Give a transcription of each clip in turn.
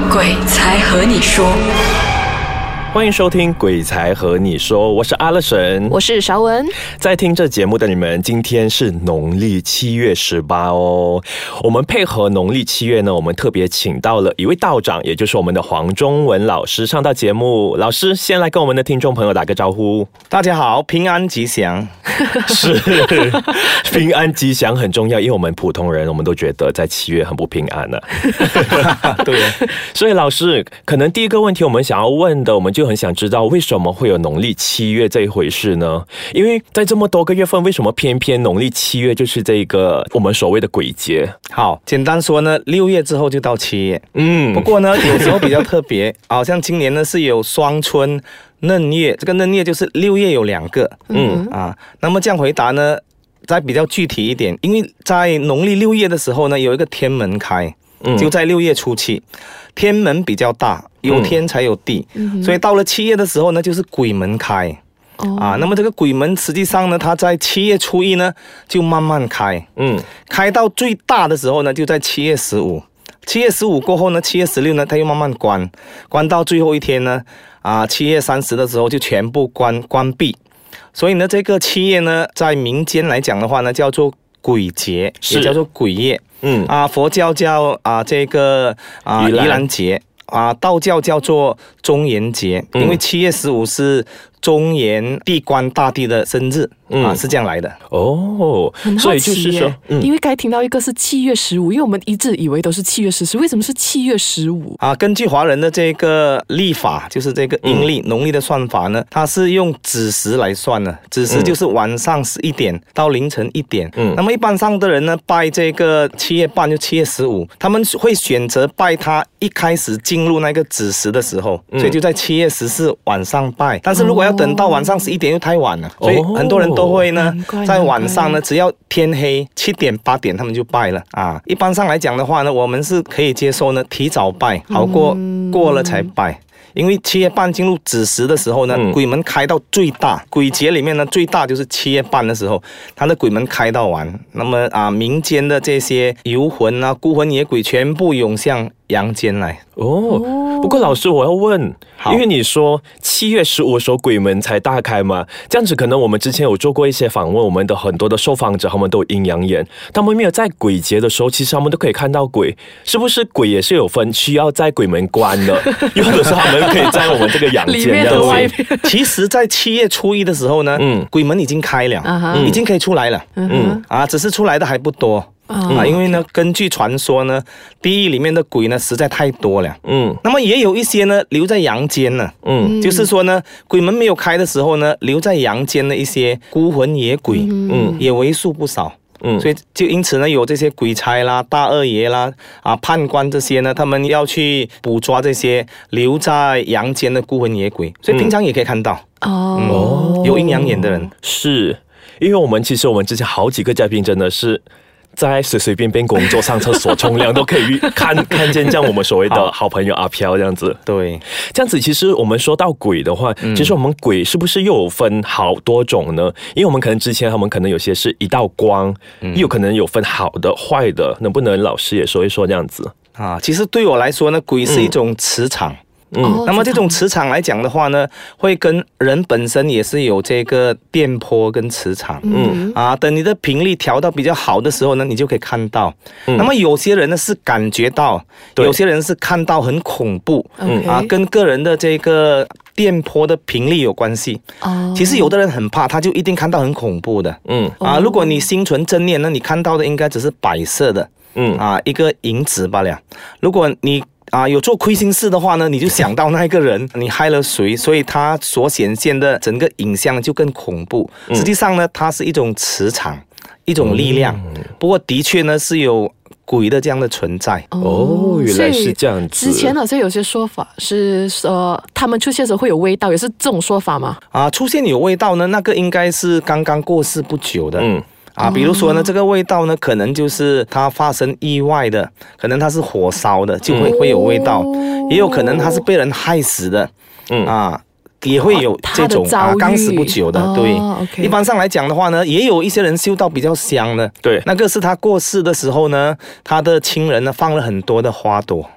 鬼才和你说。 欢迎收听《鬼才和你说》，我是阿乐神， 我是韶文。 在听这节目的你们，今天是农历7月18哦。我们配合农历7月呢，我们特别请到了一位道长，也就是我们的黄中文老师上到节目。老师先来跟我们的听众朋友打个招呼。 大家好，平安吉祥。 是，平安吉祥很重要，因为我们普通人我们都觉得在7月很不平安呢。 对， 所以老师，可能第一个问题我们想要问的，我们就很想知道为什么会有农历7月这一回事呢？因为在这么多个月份，为什么偏偏农历7月就是这个我们所谓的鬼节？ 好，简单说呢，6月之后就到7月。不过呢，有时候比较特别，好像今年呢是有双春、嫩月，这个嫩月就是6月有2个。那么这样回答呢，再比较具体一点，因为在农历6月的时候呢，有一个天门开。就在6月初7，天门比较大，有天才有地，所以到了7月的时候呢，就是鬼门开。那么这个鬼门实际上呢，它在7月初1呢就慢慢开，开到最大的时候呢，就在7月15。7月15过后呢，7月16呢，它又慢慢关，关到最后一天呢，7月30的时候就全部关闭。所以呢，这个7月呢，在民间来讲的话呢，叫做鬼节，也叫做鬼月。佛教叫这个盂兰节，道教叫做中元节，因为7月15是中元地官大帝的生日。是这样来的哦。所以就是说， 因为该听到一个是7月15，因为我们一直以为都是7月14，为什么是7月15？ 根据华人的这个历法，就是这个阴历农历的算法呢，它是用子时来算的，子时就是晚上11点到凌晨1点。那么一般上的人呢，拜这个7月半就7月15，他们会选择拜他一开始进入那个子时的时候，所以就在7月14晚上拜。但是如果要等到晚上11点又太晚了，所以很多人都会呢，在晚上呢，只要天黑7点8点他们就拜了一般上来讲的话呢，我们是可以接受呢提早拜，好过了才拜。因为7月半进入子时的时候呢，鬼门开到最大，鬼节里面呢最大就是7月半的时候，它的鬼门开到完，那么民间的这些游魂孤魂野鬼全部涌向阳间来。 不过老师我要问，因为你说7月15的时候鬼门才大开嘛，这样子可能我们之前有做过一些访问，我们的很多的受访者他们都有阴阳眼，他们没有在鬼节的时候，其实他们都可以看到鬼，是不是鬼也是有分需要在鬼门关的，有的时候他们可以在我们这个阳间里面的外面。 其实在7月初1的时候呢，鬼门已经开了，已经可以出来了，只是出来的还不多。因为呢，根据传说呢，地狱里面的鬼呢实在太多了。那么也有一些呢留在阳间呢。就是说呢，鬼门没有开的时候呢，留在阳间的一些孤魂野鬼，也为数不少。所以就因此呢，有这些鬼差啦、大二爷啦、判官这些呢，他们要去捕捉这些留在阳间的孤魂野鬼，所以平常也可以看到。有阴阳眼的人， 是因为我们之前好几个嘉宾真的是在随随便便工作、上厕所、冲凉都可以看见这样我们所谓的好朋友阿飘这样子。 对， 这样子其实我们说到鬼的话，其实我们鬼是不是又有分好多种呢？因为我们可能之前他们可能有些是一道光，也有可能有分好的、坏的，能不能老师也说一说这样子？ 其实对我来说呢，鬼是一种磁场。那么这种磁场来讲的话呢，会跟人本身也是有这个电波跟磁场。等你的频率调到比较好的时候呢，你就可以看到。那么有些人呢是感觉到，有些人是看到很恐怖。跟个人的这个电波的频率有关系。其实有的人很怕，他就一定看到很恐怖的。如果你心存正念呢，你看到的应该只是白色的。一个影子罢了。如果你有做亏心事的话呢，你就想到那个人你害了谁，所以他所显现的整个影像就更恐怖。实际上呢，它是一种磁场，一种力量。不过的确呢是有鬼的这样的存在。 原来是这样子。 之前好像有些说法是他们出现的时候会有味道，也是这种说法吗？ 出现有味道呢，那个应该是刚刚过世不久的。比如说呢，这个味道呢，可能就是它发生意外的，可能它是火烧的，就会有味道，也有可能它是被人害死的，也会有这种刚死不久的，对。 Okay. 一般上来讲的话呢，也有一些人嗅到比较香的， 对， 那个是他过世的时候呢，他的亲人呢放了很多的花朵。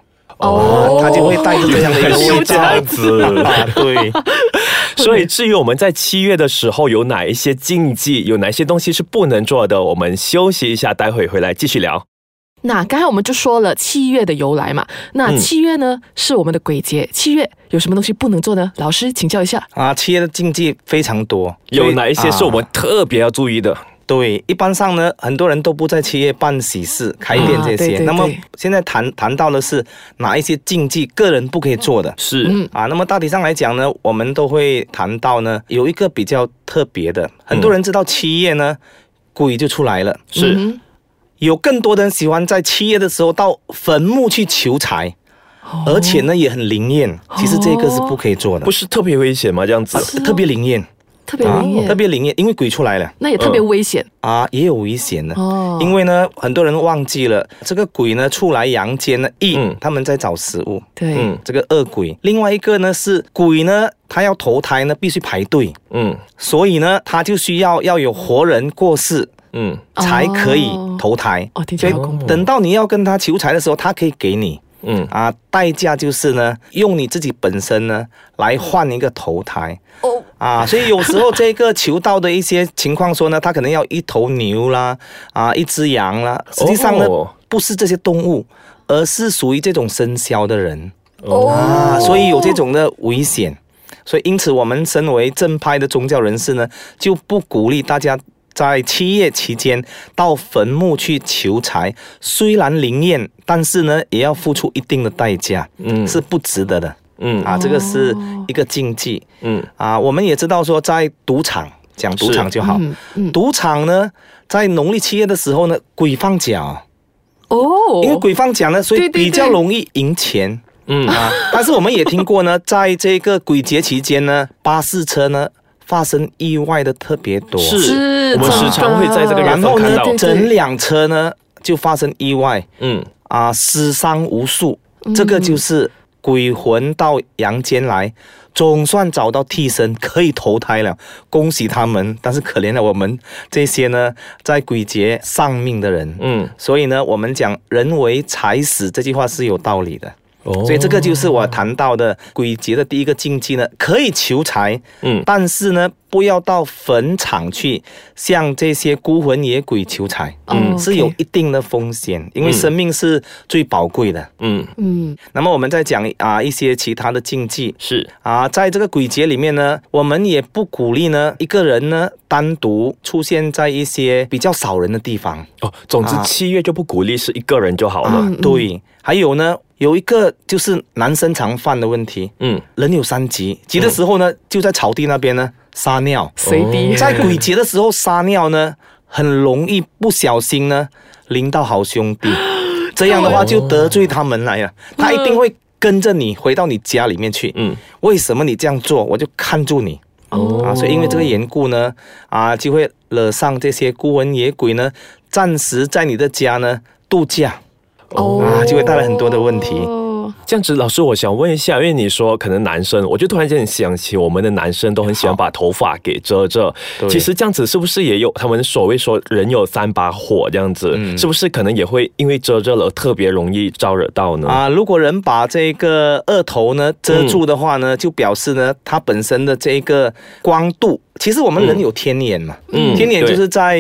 他就会带着这样的一个味这道样子对。 所以至于我们在7月的时候有哪一些禁忌，有哪些东西是不能做的，我们休息一下，待会回来继续聊。 那刚才我们就说了7月的由来嘛，那7月呢是我们的鬼节，7月有什么东西不能做呢？老师请教一下。 7月的禁忌非常多， 有哪一些是我们特别要注意的？ 对，一般上呢，很多人都不在7月办喜事、开店这些。 对。 那么现在谈到的是哪一些禁忌，个人不可以做的？ 是那么大体上来讲呢，我们都会谈到呢，有一个比较特别的，很多人知道7月呢，鬼就出来了。 是。 有更多的人喜欢在7月的时候到坟墓去求财，而且呢也很灵验。其实这个是不可以做的， 不是特别危险吗？这样子特别灵验。 特别灵验， 特别灵验，因为鬼出来了， 那也特别危险也有危险的因为呢，很多人忘记了这个鬼呢出来阳间呢，他们在找食物， 对， 这个恶鬼。另外一个呢是鬼呢，他要投胎呢必须排队，所以呢他就需要有活人过世。才可以投胎听起来很恐怖。 等到你要跟他求财的时候，他可以给你代价就是呢，用你自己本身呢来换一个投胎所以有时候这个求到的一些情况说呢，他可能要一头牛啦一只羊啦，实际上呢不是这些动物，而是属于这种生肖的人所以有这种的危险。所以因此我们身为正派的宗教人士呢，就不鼓励大家在7月期间到坟墓去求财，虽然灵验，但是呢也要付出一定的代价，是不值得的。这个是一个禁忌。我们也知道说，在赌场讲赌场就好，赌场呢在农历7月的时候呢，鬼放假因为鬼放假呢，所以比较容易赢钱。但是我们也听过呢，在这个鬼节期间呢，巴士车呢发生意外的特别多， 是我们时常会在这个然后呢，整辆车呢就发生意外，死伤无数，这个就是鬼魂到阳间来，总算找到替身可以投胎了，恭喜他们。但是可怜了我们这些呢在鬼节丧命的人，所以呢我们讲人为财死这句话是有道理的。所以这个就是我谈到的鬼节的第一个禁忌呢，可以求财，但是呢不要到坟场去向这些孤魂野鬼求财，是有一定的风险，因为生命是最宝贵的。那么我们再讲一些其他的禁忌， 是在这个鬼节里面呢，我们也不鼓励呢一个人呢单独出现在一些比较少人的地方。 总之7月就不鼓励是一个人就好了。 对，还有呢，有一个就是男生常犯的问题，人有3急，急的时候呢，就在草地那边呢撒尿， 随地在鬼节的时候撒尿呢，很容易不小心呢淋到好兄弟，这样的话就得罪他们来了，他一定会跟着你回到你家里面去。为什么你这样做，我就看住你。所以因为这个缘故呢，就会惹上这些孤魂野鬼呢，暂时在你的家呢度假。就会带来很多的问题。 这样子，老师，我想问一下，因为你说可能男生，我就突然间想起我们的男生都很喜欢把头发给遮着。其实这样子是不是也有他们所谓说人有3把火这样子，是不是可能也会因为遮着了特别容易招惹到呢？ 如果人把这个额头呢遮住的话呢，就表示呢他本身的这个光度。其实我们人有天眼嘛，天眼就是在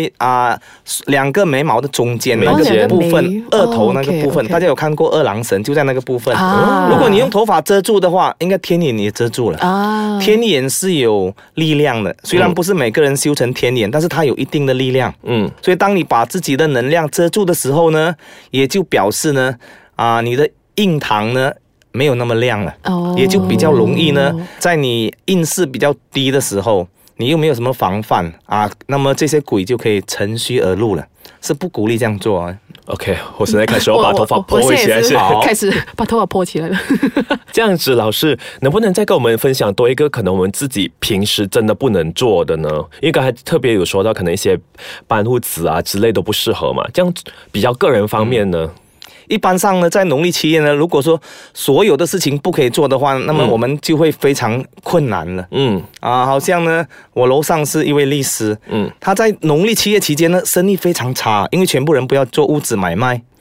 2个眉毛的中间那个部分，额头那个部分，大家有看过二郎神就在那个部分。如果你用头发遮住的话，应该天眼也遮住了。天眼是有力量的，虽然不是每个人修成天眼，但是它有一定的力量。所以当你把自己的能量遮住的时候呢，也就表示呢，你的印堂呢没有那么亮了，也就比较容易呢，在你运势比较低的时候。你又没有什么防范那么这些鬼就可以乘虚而入了，是不鼓励这样做。 OK， 我现在开始要把头发拨回起来， 开始把头发拨起来了。 这样子，老师能不能再跟我们分享多一个可能我们自己平时真的不能做的呢？因为刚才特别有说到，可能一些搬屋子之类都不适合嘛。这样比较个人方面呢？ 一般上呢，在农历7月呢，如果说所有的事情不可以做的话，那么我们就会非常困难了。好像呢，我楼上是一位律师，他在农历7月期间呢，生意非常差，因为全部人不要做屋子买卖。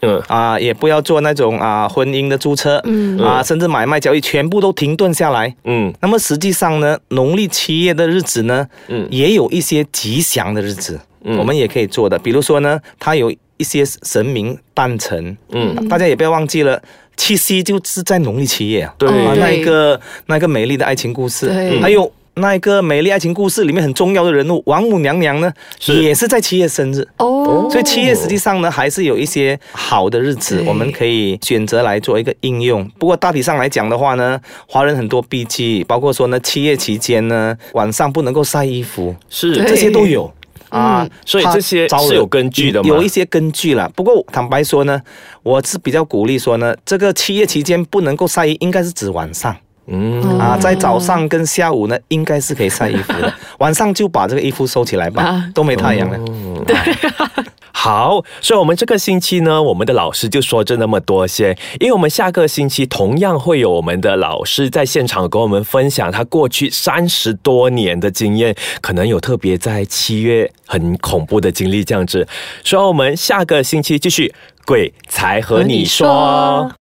也不要做那种婚姻的注册，甚至买卖交易全部都停顿下来。那么实际上呢，农历7月的日子呢，也有一些吉祥的日子，我们也可以做的。比如说呢，它有一些神明诞辰，大家也不要忘记了。7夕就是在农历7月啊， 对， 那个美丽的爱情故事，还有那个美丽爱情故事里面很重要的人物王母娘娘呢，也是在7月生日哦。所以7月实际上呢，还是有一些好的日子，我们可以选择来做一个应用。不过大体上来讲的话呢，华人很多避忌，包括说呢7月期间呢，晚上不能够晒衣服， 是这些都有。 所以这些是有根据的吗？ 有一些根据啦。不过坦白说呢，我是比较鼓励说呢，这个7月期间不能够晒衣，应该是指晚上。在早上跟下午呢，应该是可以晒衣服的。晚上就把这个衣服收起来吧，都没太阳了。 对。 好，所以我们这个星期呢，我们的老师就说这么多些，因为我们下个星期同样会有我们的老师在现场跟我们分享他过去30多年的经验，可能有特别在7月很恐怖的经历这样子。所以我们下个星期继续鬼才和你说。